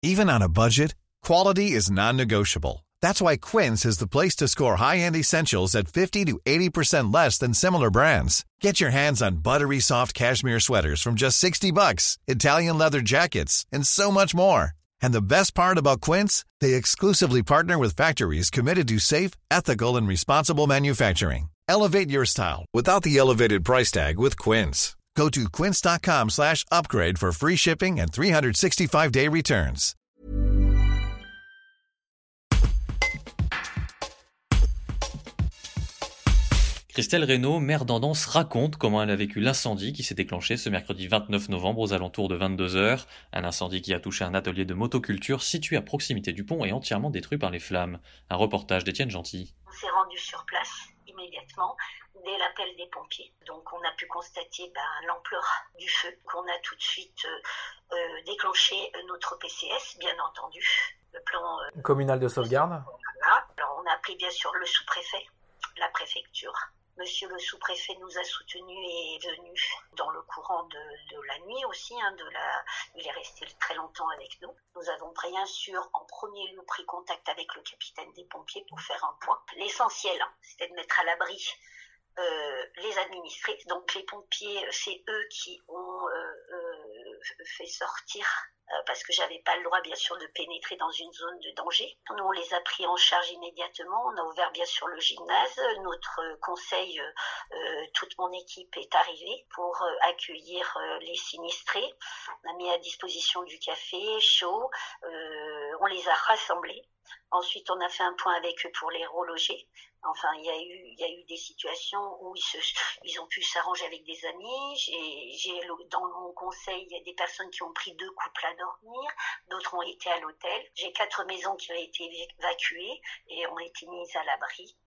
Even on a budget, quality is non-negotiable. That's why Quince is the place to score high-end essentials at 50 to 80% less than similar brands. Get your hands on buttery soft cashmere sweaters from just $60, Italian leather jackets, and so much more. And the best part about Quince, they exclusively partner with factories committed to safe, ethical, and responsible manufacturing. Elevate your style without the elevated price tag with Quince. Go to quince.com/upgrade for free shipping and 365-day returns. Christelle Reynaud, maire d'Andance, raconte comment elle a vécu l'incendie qui s'est déclenché ce mercredi 29 novembre aux alentours de 22h. Un incendie qui a touché un atelier de motoculture situé à proximité du pont et entièrement détruit par les flammes. Un reportage d'Étienne Gentil. On s'est rendu sur place immédiatement dès l'appel des pompiers. Donc on a pu constater l'ampleur du feu, qu'on a tout de suite déclenché notre PCS, bien entendu. Le plan communal de sauvegarde. Voilà. Alors on a appelé bien sûr le sous-préfet, la préfecture. Monsieur le sous-préfet nous a soutenus et est venu dans le courant de la nuit aussi. Il est resté très longtemps avec nous. Nous avons bien sûr en premier lieu pris contact avec le capitaine des pompiers pour faire un point. L'essentiel, c'était de mettre à l'abri les administrés. Donc les pompiers, c'est eux qui ont fait sortir parce que j'avais pas le droit bien sûr de pénétrer dans une zone de danger. Nous on les a pris en charge immédiatement, on a ouvert bien sûr le gymnase, notre conseil, toute mon équipe est arrivée pour accueillir les sinistrés. On a mis à disposition du café chaud, on les a rassemblés. Ensuite, on a fait un point avec eux pour les reloger. Enfin, il y a eu des situations où ils ont pu s'arranger avec des amis. J'ai dans mon conseil, il y a des personnes qui ont pris 2 couples à dormir, d'autres ont été à l'hôtel. J'ai 4 maisons qui ont été évacuées et ont été mises à l'abri.